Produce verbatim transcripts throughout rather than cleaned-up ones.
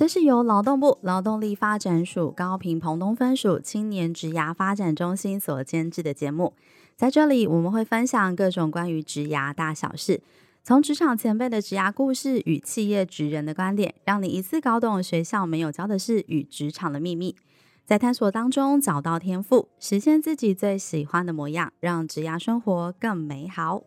这是由劳动部劳动力发展署高屏澎东分署青年职涯发展中心所监制的节目。在这里，我们会分享各种关于职涯大小事，从职场前辈的职涯故事与企业职人的观点，让你一次搞懂学校没有教的事与职场的秘密，在探索当中找到天赋，实现自己最喜欢的模样，让职涯生活更美好。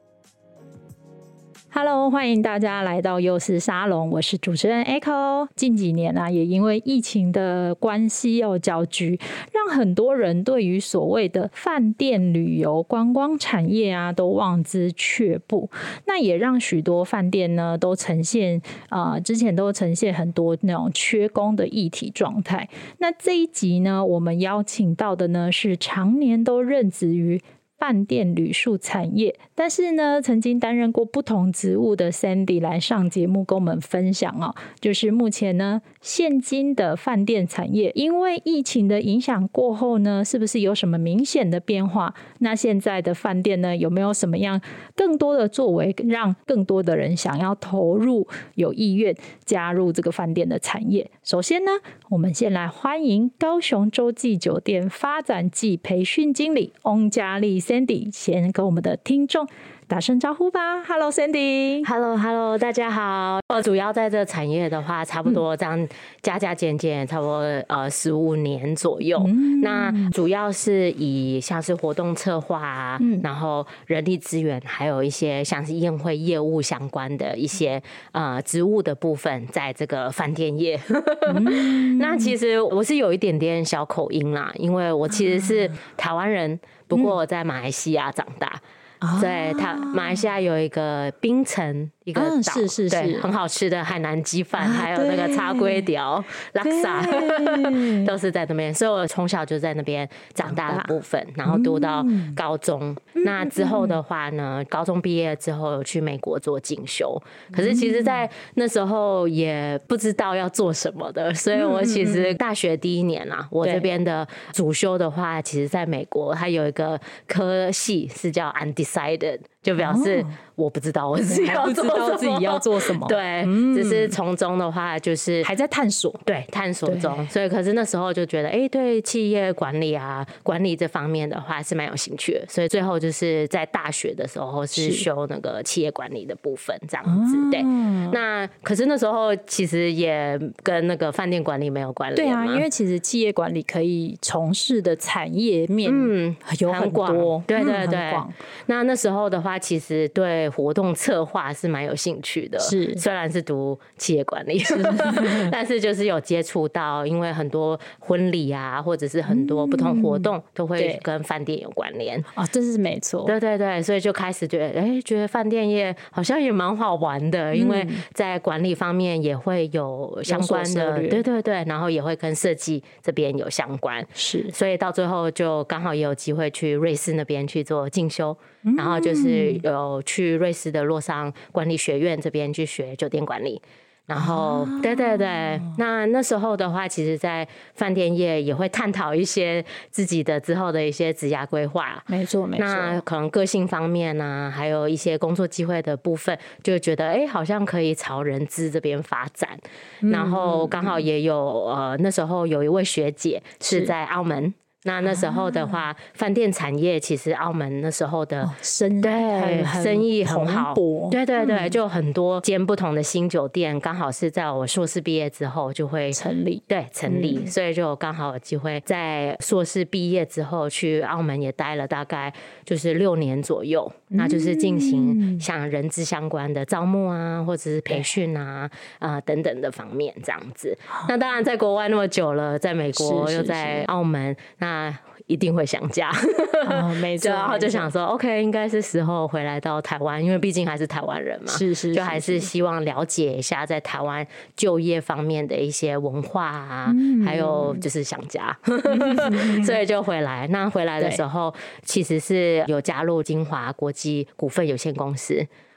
Hello， 欢迎大家来到幼师沙龙，我是主持人 Echo。近几年啊，也因为疫情的关系哦，搅局，让很多人对于所谓的饭店、旅游、观光产业啊，都望之却步。那也让许多饭店呢，都呈现呃，之前都呈现很多那种缺工的议题状态。那这一集呢，我们邀请到的呢，是常年都任职于饭店旅宿产业，但是呢曾经担任过不同职务的 Sandy 来上节目跟我们分享哦，就是目前呢现今的饭店产业因为疫情的影响过后呢，是不是有什么明显的变化？那现在的饭店呢，有没有什么样更多的作为，让更多的人想要投入，有意愿加入这个饭店的产业？首先呢，我们先来欢迎高雄洲际酒店发展暨培训经理翁佳丽Sandy 先跟我们的听众打声招呼吧。 Hello Sandy。 Hello Hello 大家好。我主要在这产业的话，差不多这样加加减减差不多呃十五年左右、嗯、那主要是以像是活动策划啊、嗯、然后人力资源，还有一些像是宴会业务相关的一些呃职务的部分，在这个饭店业嗯、那其实我是有一点点小口音啦，因为我其实是台湾人，不过我在马来西亚长大、嗯、对，他马来西亚有一个槟城一个岛、嗯、 是是是， 对，很好吃的海南鸡饭、啊、还有那个茶粿条、拉萨都是在那边，所以我从小就在那边长大的部分，然后读到高中、嗯、那之后的话呢、嗯、高中毕业之后有去美国做进修，可是其实在那时候也不知道要做什么的，所以我其实大学第一年啊，我这边的主修的话，其实在美国它有一个科系是叫 undecided，就表示我不知道我自己要做什么， 还不知道自己要做什么， 对、嗯，只是从中的话就是还在探索， 对，探索中。所以可是那时候就觉得，哎、欸，对企业管理啊、管理这方面的话是蛮有兴趣的，所以最后就是在大学的时候是修那个企业管理的部分，这样子。对，那可是那时候其实也跟那个饭店管理没有关联嘛。 对啊，因为其实企业管理可以从事的产业面嗯有很多， 嗯、对对对、嗯。那那时候的话，其实对活动策划是蛮有兴趣的，是虽然是读企业管理，是但是就是有接触到，因为很多婚礼啊，或者是很多不同活动都会跟饭店有关联啊、哦，这是没错， 对对对，所以就开始觉得，哎，觉得饭店业好像也蛮好玩的、嗯，因为在管理方面也会有相关的，对对对，然后也会跟设计这边有相关，是，所以到最后就刚好也有机会去瑞士那边去做进修。然后就是有去瑞士的洛桑管理学院这边去学酒店管理，然后、哦、对对对，那那时候的话，其实在饭店业也会探讨一些自己的之后的一些职涯规划， 没错没错， 那可能个性方面啊，还有一些工作机会的部分，就觉得哎，好像可以朝人资这边发展、嗯、然后刚好也有呃那时候有一位学姐是在澳门，那那时候的话，饭、啊、店产业其实澳门那时候的、哦、 生对生意很好，对对对、嗯，就很多间不同的新酒店，刚好是在我硕士毕业之后就会成立， 对成立、嗯，所以就刚好有机会在硕士毕业之后去澳门也待了大概就是六年左右，嗯、那就是进行像人资相关的招募啊，或者是培训啊啊、呃、等等的方面这样子。那当然在国外那么久了，在美国又在澳门，那那一定会想家、 哦、没错， 然后就想说 OK 应该是时候回来到台湾，因为毕竟还是台湾人嘛， 是是是， 就还是希望了解一下在台湾就业方面的一些文化啊、嗯、还有就是想家所以就回来。那回来的时候其实是有加入金华国际股份有限公司，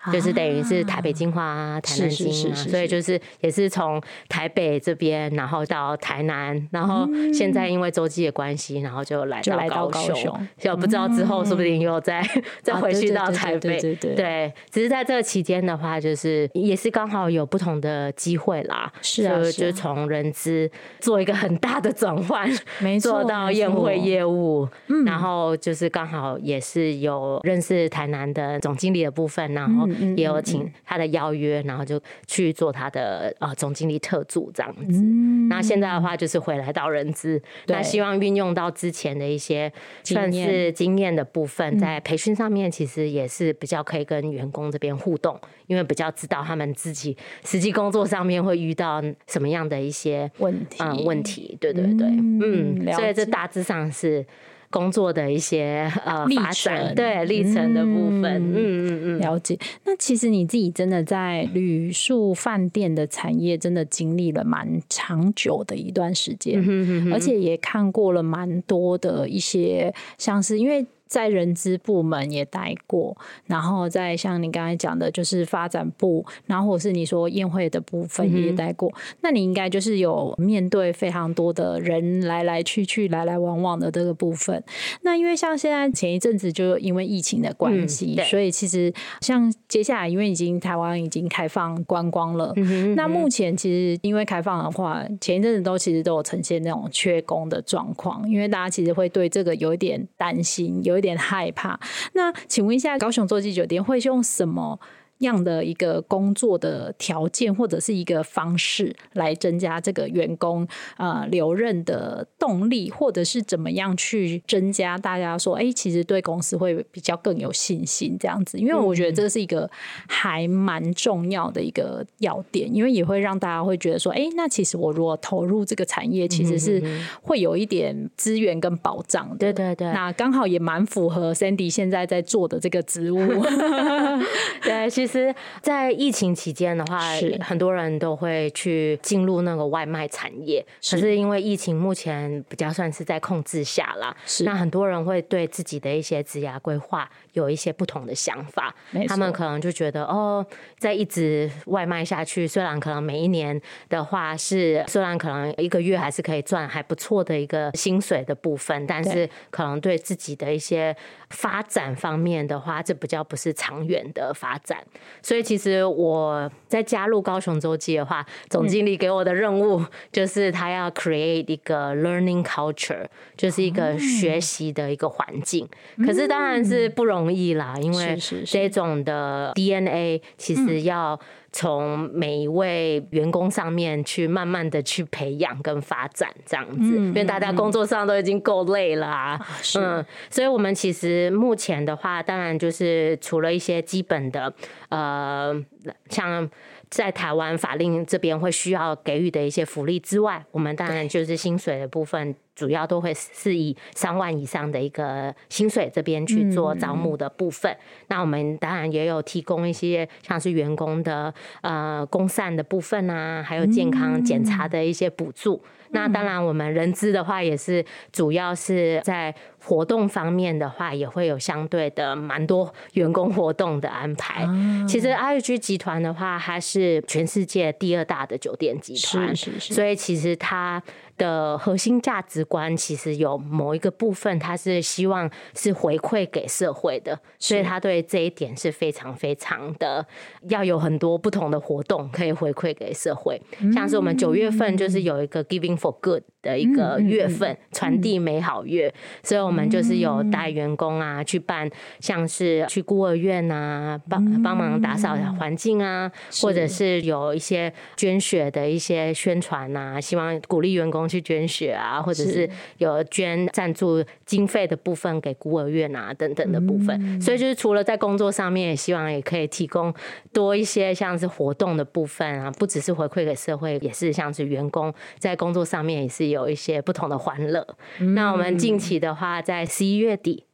就是等于是台北精华啊、台南精啊，是是是是是，所以就是也是从台北这边，然后到台南，然后现在因为洲际的关系，然后就来到高雄，就不知道之后说不定又再、嗯、再回去到台北， 对对对对对对， 对，只是在这个期间的话，就是也是刚好有不同的机会啦， 是啊， 就就从人资做一个很大的转换， 没错， 做到宴会业务，嗯，然后就是刚好也是有认识台南的总经理的部分，然后也有请他的邀约，然后就去做他的呃总经理特助这样子。嗯，那现在的话就是回来到人资，那希望运用到之前的一些算是经验的部分，在培训上面其实也是比较可以跟员工这边互动，因为比较知道他们自己实际工作上面会遇到什么样的一些问题， 嗯，问题，对对对，嗯，嗯，所以这大致上是工作的一些呃发展，对历程的部分，嗯嗯嗯， 了解。那其实你自己真的在旅宿饭店的产业真的经历了蛮长久的一段时间，嗯，而且也看过了蛮多的一些，像是因为在人资部门也待过，然后在像你刚才讲的就是发展部，然后或是你说宴会的部分也待过，嗯，那你应该就是有面对非常多的人来来去去来来往往的这个部分。那因为像现在前一阵子就因为疫情的关系，嗯，所以其实像接下来因为已经台湾已经开放观光了，嗯哼嗯哼，那目前其實因為開放的話，前一陣子都其實都有呈現那種缺工的狀況，因為大家其實會對這個有一點擔心，有一點害怕。那請問一下，高雄洲際酒店會用什麼樣的一個工作的條件或者是一個方式來增加這個員工呃留任的動力，或者是怎麼樣去增加大家說哎，其實對公司會比較更有信心這樣子？因為我覺得這是一個還蠻重要的一個要點，因為也會讓大家會覺得說哎，那其實我如果投入這個產業其實是會有一點資源跟保障的。 對對對， 那剛好也蠻符合 Sandy 現在在做的這個職務。 對，其實在疫情期間的話，很多人都會去進入那個外賣產業，可是因為疫情目前比較算是在控制下啦，那很多人會對自己的一些職涯規劃有一些不同的想法，他們可能就覺得哦，再一直外賣下去，雖然可能每一年的話是雖然可能一個月還是可以賺還不錯的一個薪水的部分，但是可能對自己的一些發展方面的話，這比較不是長遠的發展。所以其實我在加入高雄洲際的話，總經理給我的任務就是他要 create 一個 learning culture， 就是一個學習的一個環境。可是當然是不容易啦，因為這種的 D N A 其實要從每一位員工上面去慢慢的去培養跟發展這樣子，因為大家工作上都已經夠累了啊，嗯，所以我們其實目前的話，當然就是除了一些基本的呃，像在台灣法令這邊會需要給予的一些福利之外，我們當然就是薪水的部分主要都會是以三萬以上的一個薪水這邊去做招募的部分，嗯，那我們當然也有提供一些像是員工的呃公膳的部分啊，還有健康檢查的一些補助，嗯，那當然我們人資的話也是主要是在活動方面的話也會有相對的蠻多員工活動的安排，啊，其實 I H G 集團的話它是全世界第二大的酒店集團，是是是，所以其實它的核心價值觀其實有某一個部分它是希望是回饋給社會的，所以他對這一點是非常非常的要有很多不同的活動可以回饋給社會，嗯，像是我們九月份就是有一個 Giving for Good 的一個月份，嗯，傳遞美好月，嗯，所以我們就是有帶員工啊去辦像是去孤兒院啊幫幫忙打掃環境啊，或者是有一些捐血的一些宣傳啊，希望鼓勵員工去捐血啊，或者是有捐贊助經費的部分給孤兒院啊等等的部分，嗯，所以就是除了在工作上面也希望也可以提供多一些像是活動的部分啊，不只是回饋給社會，也是像是員工在工作上面也是有一些不同的歡樂，嗯，那我們近期的話在十一月底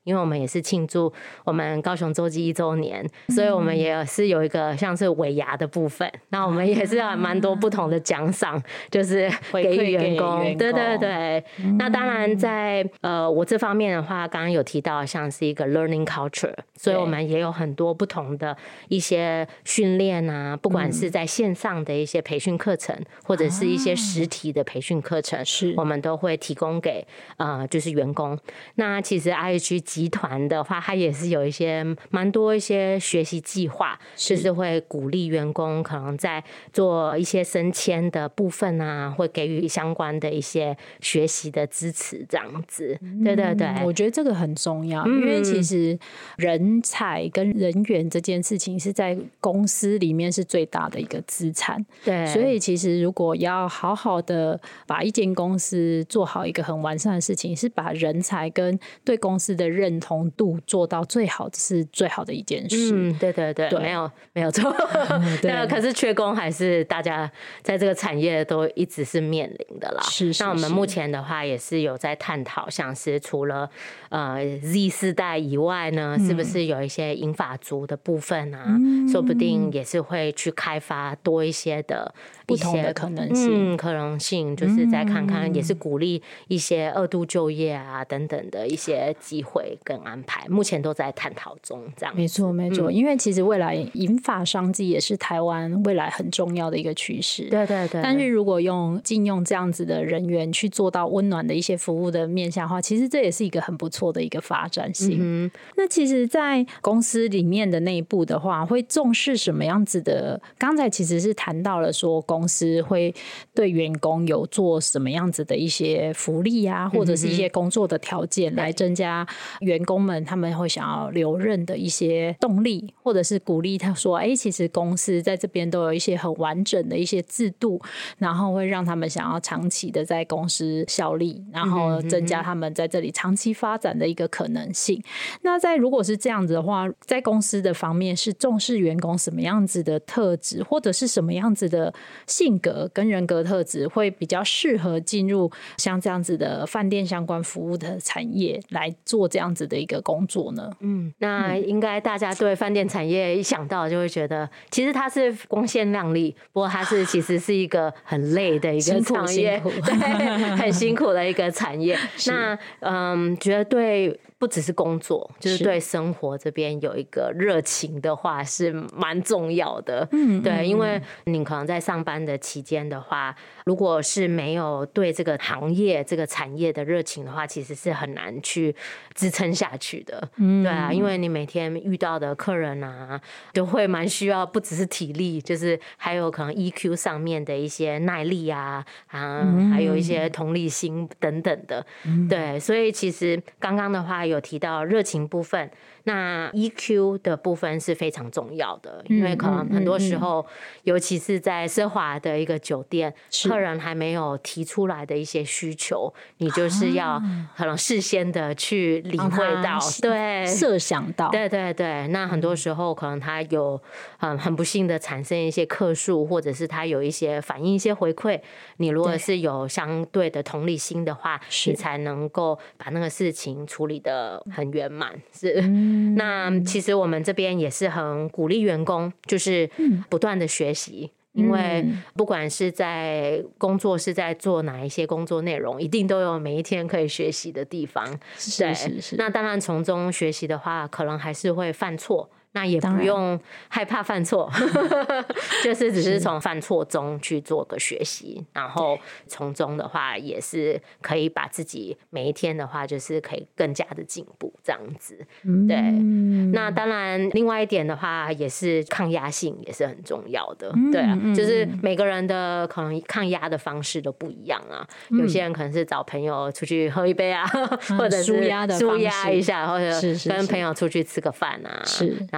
因为我们也是庆祝我们高雄洲际一周年，所以我们也是有一个像是尾牙的部分，那我们也是有蛮多不同的奖赏，就是给予员工，对对对。嗯、那当然在呃我这方面的话，刚刚有提到像是一个 learning culture， 所以我们也有很多不同的一些训练啊，不管是在线上的一些培训课程，或者是一些实体的培训课程，是我们都会提供给呃就是员工。那其实 I H G 集团的话，它也是有一些蛮多一些学习计划，就是会鼓励员工可能在做一些升迁的部分啊，会给予相关的一些学习的支持，这样子。嗯、对对对， 我觉得这个很重要，嗯、因为其实人才跟人员这件事情是在公司里面是最大的一个资产。 对， 所以其实如果要好好的把一间公司做好一个很完善的事情，是把人才跟对公司的认同度做到最好，是最好的一件事。 嗯，对对 对, 对，没有没有错。嗯、对，可是缺工还是大家在这个产业都一直是面临的啦。 是是是。 那我们目前的话也是有在探讨，像是除了呃 Z 世代以外呢，嗯、是不是有一些银发族的部分啊？嗯、说不定也是会去开发多一些的不同的可能性， 嗯，可能性就是再看看，嗯、也是鼓励一些二度就业啊等等的一些机会跟安排，目前都在探讨中。这样没错没错，嗯、因为其实未来银发商机也是台湾未来很重要的一个趋势。 对对对。 但是如果用禁用这样子的人员去做到温暖的一些服务的面向的话，其实这也是一个很不错的一个发展性。嗯、那其实在公司里面的内部的话，会重视什么样子的？刚才其实是谈到了说公司会对员工有做什么样子的一些福利啊，或者是一些工作的条件来增加员工们他们会想要留任的一些动力，或者是鼓励他说哎、欸，其实公司在这边都有一些很完整的一些制度，然后会让他们想要长期的在公司效力，然后增加他们在这里长期发展的一个可能性。那在如果是这样子的话，在公司的方面是重视员工什么样子的特质，或者是什么样子的性格跟人格特质会比较适合进入像这样子的饭店相关服务的产业来做这样子的一个工作呢？ 嗯，那应该大家对饭店产业一想到就会觉得其实它是光鲜亮丽，不过它是其实是一个很累的一个产业， 辛苦辛苦对，很辛苦的一个产业。那嗯，觉得对不只是工作，就是对生活这边有一个热情的话是蛮重要的。嗯，对，因为你可能在上班的期间的话，如果是没有对这个行业这个产业的热情的话，其实是很难去支撑下去的。嗯，对啊，因为你每天遇到的客人啊，就会蛮需要不只是体力，就是还有可能 E Q 上面的一些耐力啊，啊，嗯、还有一些同理心等等的。嗯、对，所以其实刚刚的话有提到热情部分，那 E Q 的部分是非常重要的，因为可能很多时候，嗯嗯嗯、尤其是在奢华的一个酒店，客人还没有提出来的一些需求，你就是要可能事先的去理会到，对， 设想到， 对对对。那很多时候可能他有很很不幸的产生一些客诉，或者是他有一些反映一些回馈，你如果是有相对的同理心的话，你才能够把那个事情处理得很圆满。是。嗯、那其实我们这边也是很鼓励员工，就是不断的学习。因为不管是在工作是在做哪一些工作内容，一定都有每一天可以学习的地方。 是是是。 那当然从中学习的话，可能还是会犯错，那也不用害怕犯错，就是只是从犯错中去做个学习，然后从中的话也是可以把自己每一天的话就是可以更加的进步这样子。对，嗯、那当然另外一点的话也是抗压性也是很重要的。嗯、对啊，就是每个人的可能抗压的方式都不一样啊。嗯、有些人可能是找朋友出去喝一杯啊，嗯、或者是舒压的舒压一下，或者跟朋友出去吃个饭啊，是，然后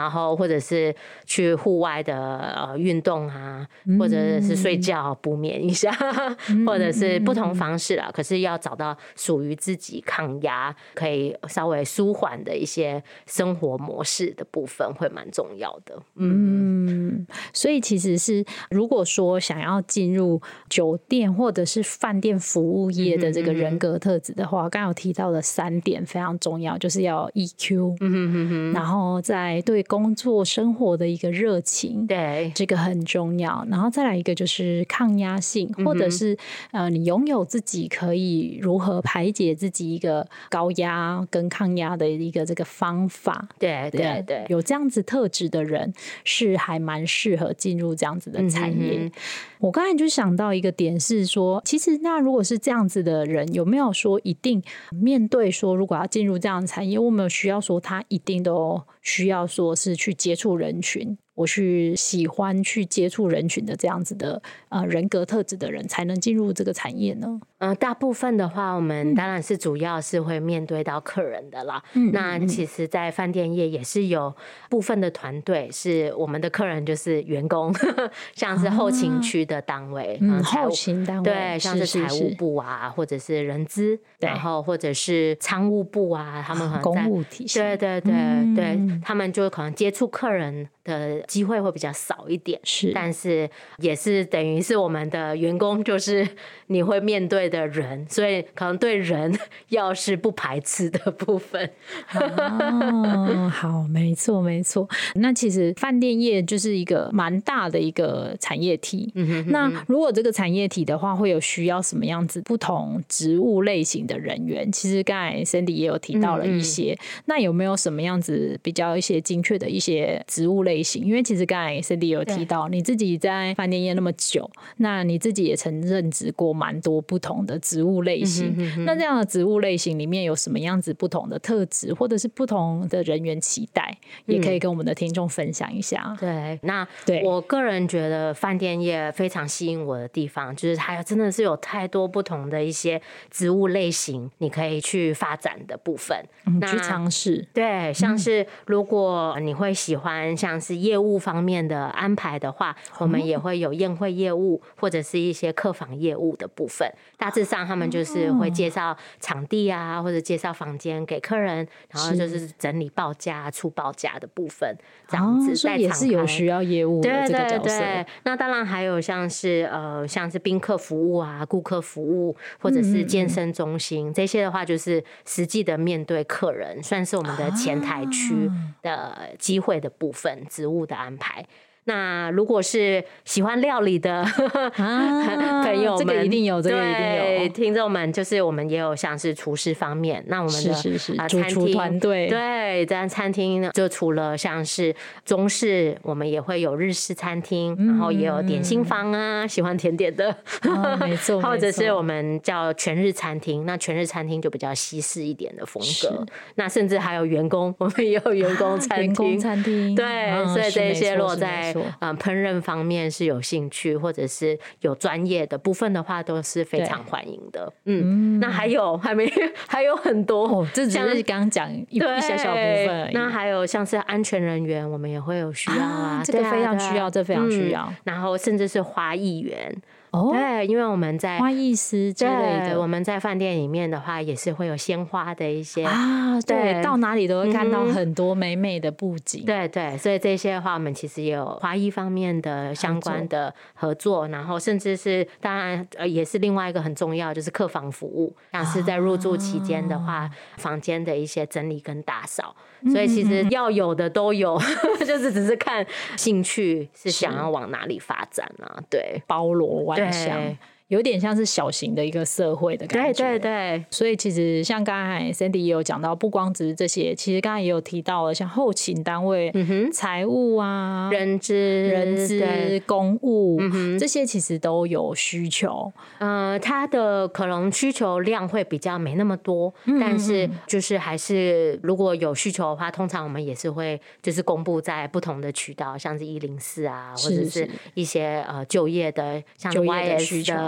然后或者是去户外的呃运动啊，或者是睡觉补眠一下，嗯、或者是不同方式啦。可是要找到属于自己抗压可以稍微舒缓的一些生活模式的部分，会蛮重要的。 嗯，嗯所以其实是如果说想要进入酒店或者是饭店服务业的这个人格特质的话，刚刚有提到的三点非常重要，就是要有 E Q，嗯哼哼哼，然后在对工作生活的一个热情， 对， 这个很重要。然后再来一个就是抗压性，或者是、嗯、呃，你拥有自己可以如何排解自己一个高压跟抗压的一个这个方法。 对对对， 有这样子特质的人是还蛮适合进入这样子的产业。嗯、我刚才就想到一个点是说，其实那如果是这样子的人，有没有说一定面对说如果要进入这样的产业，我们有需要说他一定都需要说是去接触人群，我去喜欢去接触人群的这样子的呃人格特质的人才能进入这个产业呢？ 嗯、呃，大部分的话，我们当然是主要是会面对到客人的啦。嗯、那其实，在饭店业也是有部分的团队是我们的客人，就是员工，像是后勤区的单位， 嗯，后勤单位， 对，像是财务部啊，是是是或者是人资，然后或者是仓务部啊，他们可能在公务体系， 对对对、嗯、对，他们就可能接触客人的机会会比较少一点， 是， 但是也是等于是我们的员工，就是你会面对的人，所以可能对人要是不排斥的部分。 哦，好，没错没错。那其实饭店业就是一个蛮大的一个产业体。嗯哼哼哼，那如果这个产业体的话，会有需要什么样子不同职务类型的人员？其实刚才 Sandy 也有提到了一些，嗯嗯，那有没有什么样子比较一些精确的一些职务类型？因为其实刚才 Sandy 有提到你自己在饭店业那么久，那你自己也曾任职过蛮多不同的职务类型。嗯哼哼哼，那这样的职务类型里面有什么样子不同的特质，或者是不同的人员期待，也可以跟我们的听众分享一下。 嗯、对，那我个人觉得饭店业非常吸引我的地方，就是它真的是有太多不同的一些职务类型你可以去发展的部分， 嗯、去尝试。 对，像是如果你会喜欢像是业务方面的安排的话，嗯、我们也会有宴会业务或者是一些客房业务的部分。大致上他们就是会介绍场地啊，或者介绍房间给客人，然后就是整理报价、出报价的部分，这样子。 哦、所以也是有需要业务的这个角色。对对对， 那当然还有像是呃像是宾客服务啊、顾客服务，或者是健身中心，嗯、这些的话就是实际的面对客人，算是我们的前台区的机会的部分，啊、职务的安排。那如果是喜欢料理的、啊、朋友们， 这个一定有，这个一定有。 听众们，就是我们也有像是厨师方面，那我们的是是是、 呃、 主厨团队， 对，在餐厅就除了像是中式，我们也会有日式餐厅，嗯、然后也有点心房啊，喜欢甜点的， 哦、没错， 或者是我们叫全日餐厅，那全日餐厅就比较西式一点的风格。那甚至还有员工，我们也有员工餐厅，员工餐厅， 对，嗯、所以这些落在嗯，烹饪方面是有兴趣或者是有专业的部分的话，都是非常欢迎的。嗯，那还有还没还有很多哦，这只是刚刚讲一小小部分而已。 那还有像是安全人员，我们也会有需要啊， 啊这个非常需要，这非常需要。 嗯、然后甚至是花艺员。哦，对，因为我们在花艺师之类的， 我们在饭店里面的话，也是会有鲜花的一些啊，对，对到哪里都会看到很多美美的布景。 嗯、对对，所以这些的话，我们其实也有花艺方面的相关的合作，然后甚至是当然呃也是另外一个很重要，就是客房服务，像是在入住期间的话，啊、房间的一些整理跟打扫。所以其实要有的都有，就是只是看兴趣是想要往哪里发展啊，对， 包罗万象。有点像是小型的一个社会的感觉， 对对对。 所以其实像刚才 Sandy 也有讲到，不光只是这些，其实刚才也有提到了，像后勤单位、嗯、财务啊、 人资、 人资、公务、嗯、这些其实都有需求。 呃，它的可能需求量会比较没那么多，嗯、但是就是还是如果有需求的话，通常我们也是会就是公布在不同的渠道，像是一零四啊，或者是一些呃就业的像 Y S 的。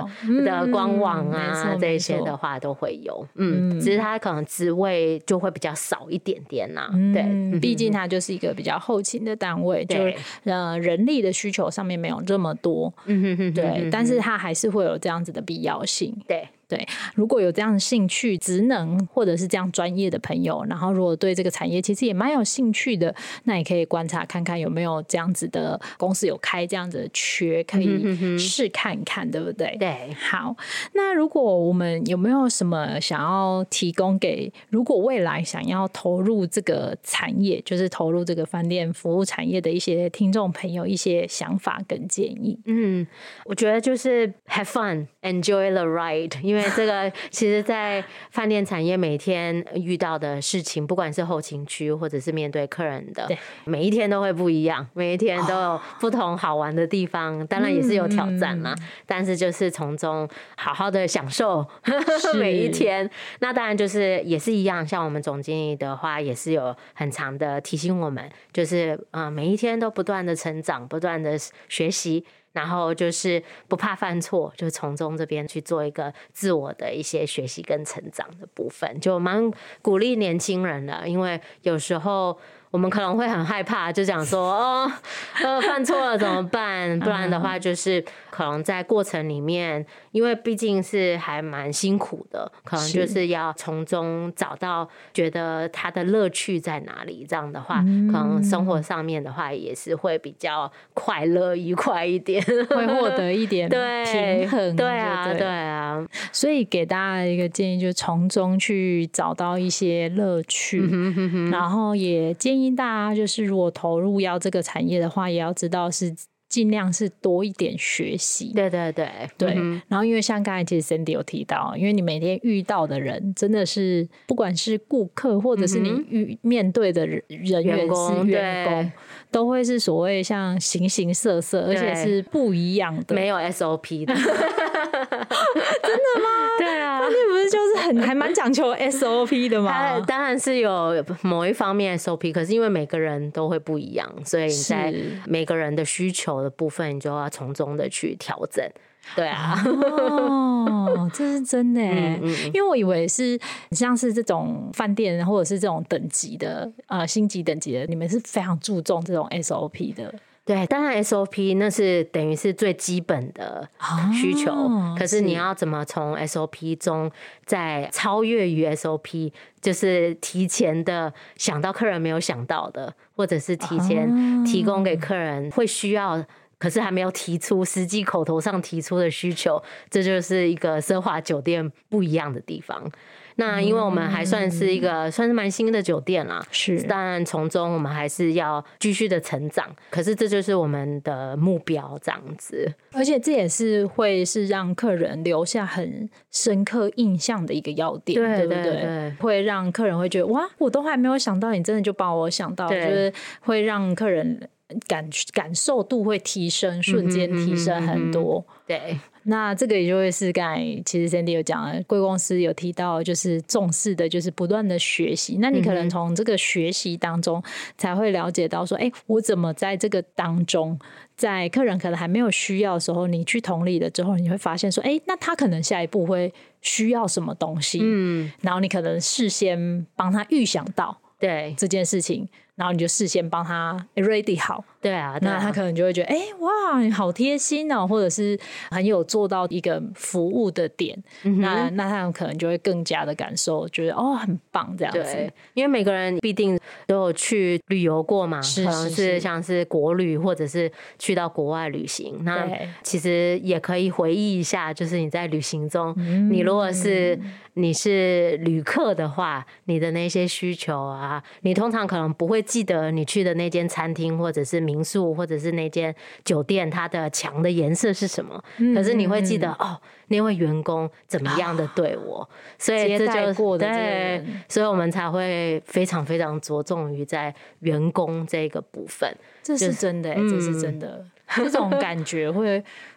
的官网啊、嗯、这些的话都会有，嗯，只是它可能职位就会比较少一点点啦、啊嗯、对， 毕竟它就是一个比较后勤的单位，就是呃人力的需求上面没有这么多，嗯对，但是它还是会有这样子的必要性， 对。 对，如果有这样的兴趣、职能或者是这样专业的朋友，然后如果对这个产业其实也蛮有兴趣的，那也可以观察看看有没有这样子的公司有开这样子的缺，可以试看看，嗯、对不对？ 对， 好。那如果我们有没有什么想要提供给，如果未来想要投入这个产业，就是投入这个饭店服务产业的一些听众朋友一些想法跟建议？ 嗯，我觉得就是 have fun, enjoy the ride， 因为因为这个其实在饭店产业每天遇到的事情，不管是后勤区或者是面对客人的，每一天都会不一样，每一天都有不同好玩的地方，当然也是有挑战啦、嗯、但是就是从中好好的享受每一天。那当然就是也是一样，像我们总经理的话也是有很长的提醒我们，就是呃每一天都不断的成长，不断的学习，然后就是不怕犯错，就从中这边去做一个自我的一些学习跟成长的部分，就蛮鼓励年轻人的。因为有时候我们可能会很害怕，就讲说哦，呃，犯错了怎么办？不然的话，就是可能在过程里面，因为毕竟是还蛮辛苦的，可能就是要从中找到觉得它的乐趣在哪里。这样的话，嗯、可能生活上面的话也是会比较快乐愉快一点， 会获得一点平衡。 对啊，对啊。 所以给大家一个建议，就是从中去找到一些乐趣，嗯、哼哼哼然后也建议。建议大家就是如果投入要这个产业的话，也要知道是尽量是多一点学习。 对对对对、嗯、然后因为像刚才其实 Sandy 有提到，因为你每天遇到的人真的是不管是顾客或者是你遇面对的人员是员工、员工都会是所谓像形形色色，而且是不一样的， 没有 S O P 的。 真的吗？ 对啊， 那不是就是很还蛮讲求 S O P 的吗？ 当然是有某一方面 S O P， 可是因为每个人都会不一样，所以你在每个人的需求的部分，你就要从中的去调整。对啊， 哦，这是真的耶、嗯嗯、因为我以为是像是这种饭店或者是这种等级的呃星级等级的，你们是非常注重这种 S O P 的。 对，当然 S O P 那是等于是最基本的需求、哦、可是你要怎么从 S O P 中再超越于 S O P， 就是提前的想到客人没有想到的，或者是提前提供给客人会需要可是还没有提出实际口头上提出的需求，这就是一个奢华酒店不一样的地方。那因为我们还算是一个、嗯、算是蛮新的酒店啦， 是当然从中我们还是要继续的成长，可是这就是我们的目标这样子。 而且这也是会是让客人留下很深刻印象的一个要点， 对, 对不 对, 对, 对会让客人会觉得哇，我都还没有想到，你真的就帮我想到，就是会让客人感感受度会提升，瞬间提升很多、嗯、 对。 那这个也就会是刚才其实 Sandy 有讲了，贵公司有提到就是重视的就是不断的学习，那你可能从这个学习当中才会了解到说，哎、欸，我怎么在这个当中，在客人可能还没有需要的时候，你去同理了之后，你会发现说，哎、欸，那他可能下一步会需要什么东西，嗯，然后你可能事先帮他预想到对这件事情，然后你就事先帮他 ready 好， 对啊， 对啊，那他可能就会觉得，哎、欸，哇，你好贴心哦，或者是很有做到一个服务的点，嗯、那那他们可能就会更加的感受，觉得哦，很棒这样子。 对，因为每个人必定都有去旅游过嘛， 是是是， 可能是像是国旅或者是去到国外旅行，那其实也可以回忆一下，就是你在旅行中，嗯、你如果是你是旅客的话，你的那些需求啊，你通常可能不会记得你去的那间餐厅或者是民宿或者是那间酒店它的墙的颜色是什么、嗯、可是你会记得、嗯、哦，那位员工怎么样的对我、啊、所以这就过的对，所以我们才会非常非常着重于在员工这个部分。 这是真的、欸就是、这是真的这种感觉会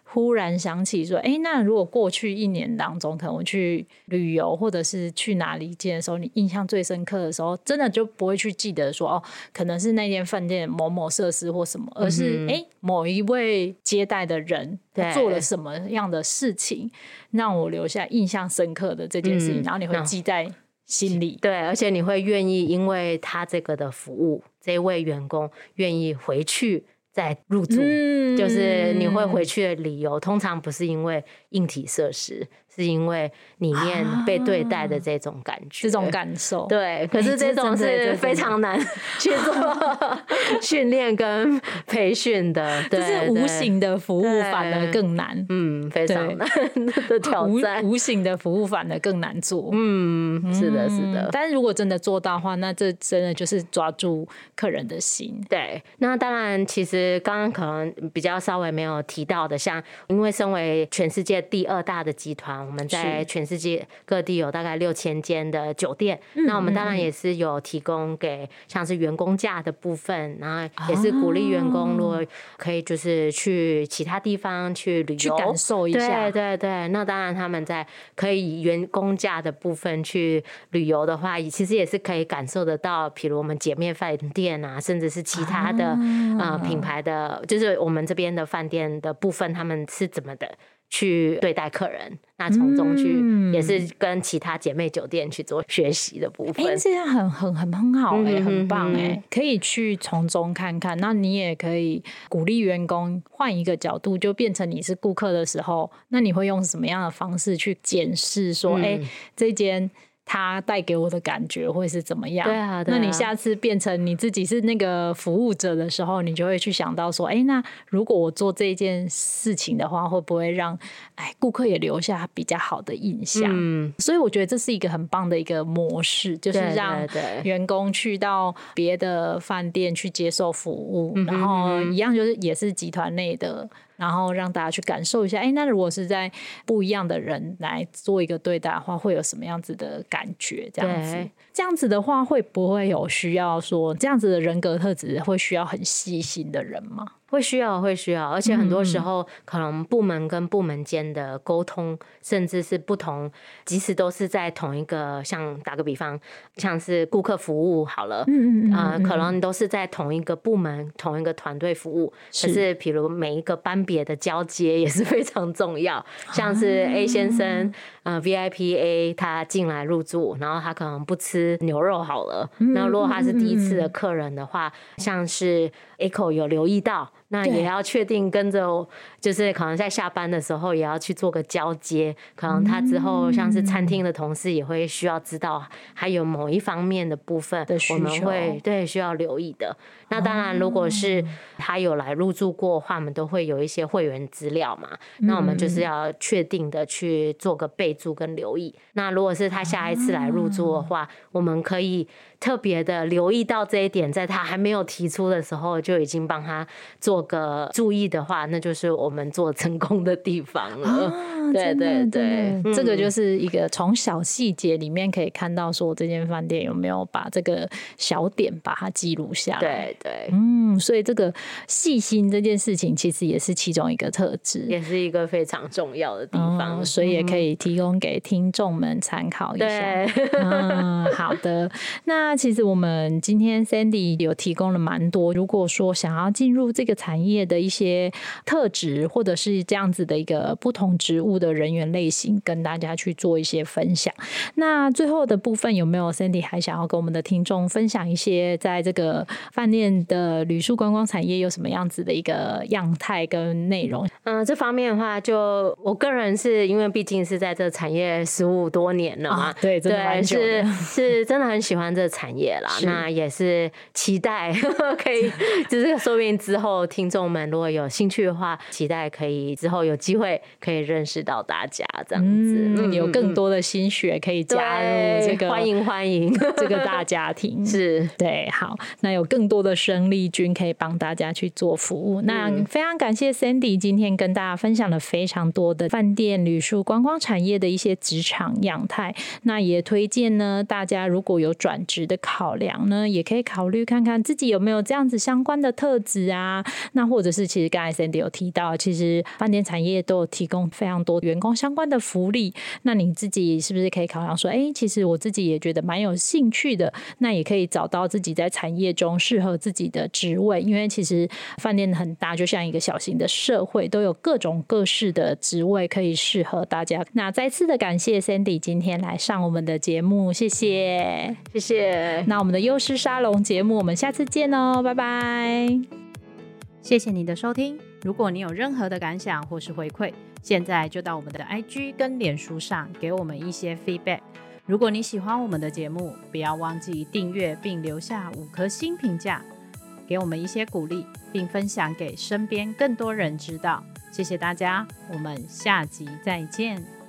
忽然想起说，哎，那如果过去一年当中，可能我去旅游或者是去哪里见的时候，你印象最深刻的时候，真的就不会去记得说，哦，可能是那间饭店某某设施或什么，而是哎、嗯、某一位接待的人他做了什么样的事情，让我留下印象深刻的这件事情，嗯、然后你会记在心里。 对，而且你会愿意因为他这个的服务，这位员工愿意回去再入住、嗯、就是你会回去的理由通常不是因为硬体设施，是因为里面被对待的这种感觉、 啊、这种感受。 对，可是这种是非常难去做训练跟培训的，对， 这是无形的服务反而更难， 嗯，非常难的挑战。 无, 无形的服务反而更难做， 嗯，是的，是的。 但是如果真的做到的话，那这真的就是抓住客人的心。 对，那当然，其实刚刚可能比较稍微没有提到的，像因为身为全世界第二大的集团，我们在全世界各地有大概六千间的酒店、嗯、那我们当然也是有提供给像是员工假的部分，然后也是鼓励员工如果可以就是去其他地方去旅游去感受一下。 对对对，那当然他们在可以以员工假的部分去旅游的话，其实也是可以感受得到，比如我们姐妹饭店啊，甚至是其他的、啊呃、品牌的，就是我们这边的饭店的部分，他们是怎么的去对待客人，那从中去、嗯、也是跟其他姐妹酒店去做学习的部分。 哎、欸，这样很很很很好哎、欸嗯，很棒哎、欸，可以去从中看看。那你也可以鼓励员工换一个角度，就变成你是顾客的时候，那你会用什么样的方式去检视说，哎、嗯欸，这间他带给我的感觉会是怎么样？ 对啊，对啊， 那你下次变成你自己是那个服务者的时候，你就会去想到说，哎，那如果我做这件事情的话，会不会让哎顾客也留下比较好的印象？嗯，所以我觉得这是一个很棒的一个模式，就是让员工去到别的饭店去接受服务，嗯、然后一样就是也是集团内的。然后让大家去感受一下，哎，那如果是在不一样的人来做一个对待的话，会有什么样子的感觉？这样子，这样子的话，会不会有需要说这样子的人格特质会需要很细心的人吗？ 会需要，会需要，而且很多时候、嗯、可能部门跟部门间的沟通，甚至是不同，即使都是在同一个，像打个比方，像是顾客服务好了，嗯嗯嗯呃，可能都是在同一个部门、同一个团队服务，是可是比如每一个班别的交接也是非常重要，像是 A 先生。呃 V I P A 他进来入住，然后他可能不吃牛肉好了，那、嗯、如果他是第一次的客人的话，嗯、像是 Echo 有留意到，那也要确定跟着，就是可能在下班的时候也要去做个交接，可能他之后像是餐厅的同事也会需要知道还有某一方面的部分我们会对需要留意的。那当然如果是他有来入住过的话，我们都会有一些会员资料嘛，那我们就是要确定的去做个备注跟留意。那如果是他下一次来入住的话，我们可以特别的留意到这一点，在他还没有提出的时候就已经帮他做个注意的话，那就是我们做成功的地方了。啊、对对对、 嗯，这个就是一个从小细节里面可以看到说这间饭店有没有把这个小点把它记录下来。 对对， 嗯，所以这个细心这件事情其实也是其中一个特质， 也是一个非常重要的地方， 嗯、所以也可以提供给听众们参考一下。 对， 嗯，好的。那其实我们今天 Sandy 有提供了蛮多，如果说想要进入这个产业的一些特质，或者是这样子的一个不同职务的人员类型，跟大家去做一些分享。那最后的部分有没有 Sandy 还想要跟我们的听众分享一些在这个饭店的旅宿观光产业有什么样子的一个样态跟内容？ 嗯，这方面的话，就我个人是因为毕竟是在这个产业十五多年了嘛，啊、 对，真的蛮久的， 是是真的很喜欢这个产业啦。那也是期待可以，就是说不定之后听众们如果有兴趣的话，期待可以之后有机会可以认识到大家这样子， 嗯、有更多的心血可以加入这个， 欢迎欢迎这个大家庭。 是， 对，好，那有更多的生力军可以帮大家去做服务。那非常感谢 Sandy 今天跟大家分享了非常多的饭店、旅宿、观光产业的一些职场样态。那也推荐呢，大家如果有转职的考量呢，也可以考虑看看自己有没有这样子相关的特质啊。 那或者是其实刚才 Sandy 有提到，其实饭店产业都有提供非常多员工相关的福利，那你自己是不是可以考量说，哎，其实我自己也觉得蛮有兴趣的，那也可以找到自己在产业中适合自己的职位，因为其实饭店很大，就像一个小型的社会，都有各种各式的职位可以适合大家。那再次的感谢 Sandy 今天来上我们的节目，谢谢谢谢。 那我们的幼师沙龙节目我们下次见哦，拜拜。 谢谢你的收听，如果你有任何的感想或是回馈，现在就到我们的 I G 跟脸书上给我们一些 feedback。 如果你喜欢我们的节目，不要忘记订阅并留下五颗星评价，给我们一些鼓励，并分享给身边更多人知道。谢谢大家，我们下集再见。